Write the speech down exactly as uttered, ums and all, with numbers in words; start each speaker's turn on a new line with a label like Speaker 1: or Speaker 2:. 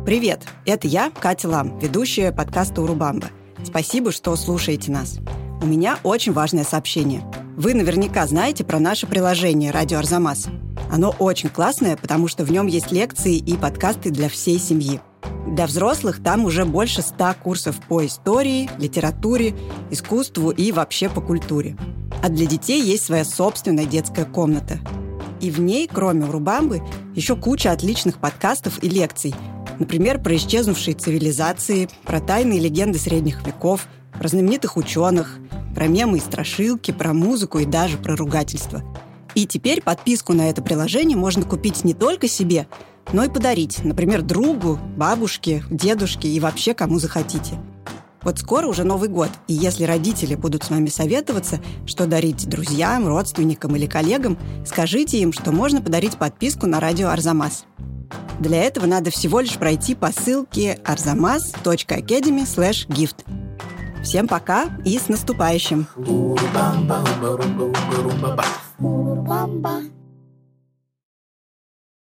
Speaker 1: Привет, это я, Катя Лам, ведущая подкаста «Урубамба». Спасибо, что слушаете нас. У меня очень важное сообщение. Вы наверняка знаете про наше приложение «Радио Арзамас». Оно очень классное, потому что в нем есть лекции и подкасты для всей семьи. Для взрослых там уже больше ста курсов по истории, литературе, искусству и вообще по культуре. А для детей есть своя собственная детская комната. И в ней, кроме «Урубамбы», еще куча отличных подкастов и лекций. Например, про исчезнувшие цивилизации, про тайные легенды средних веков, про знаменитых ученых, про мемы и страшилки, про музыку и даже про ругательство. И теперь подписку на это приложение можно купить не только себе, но и подарить, например, другу, бабушке, дедушке и вообще кому захотите. Вот скоро уже Новый год, и если родители будут с вами советоваться, что дарить друзьям, родственникам или коллегам, скажите им, что можно подарить подписку на радио Арзамас. Для этого надо всего лишь пройти по ссылке арзамас точка академи слэш гифт. Всем пока и с наступающим!
Speaker 2: Урубамба.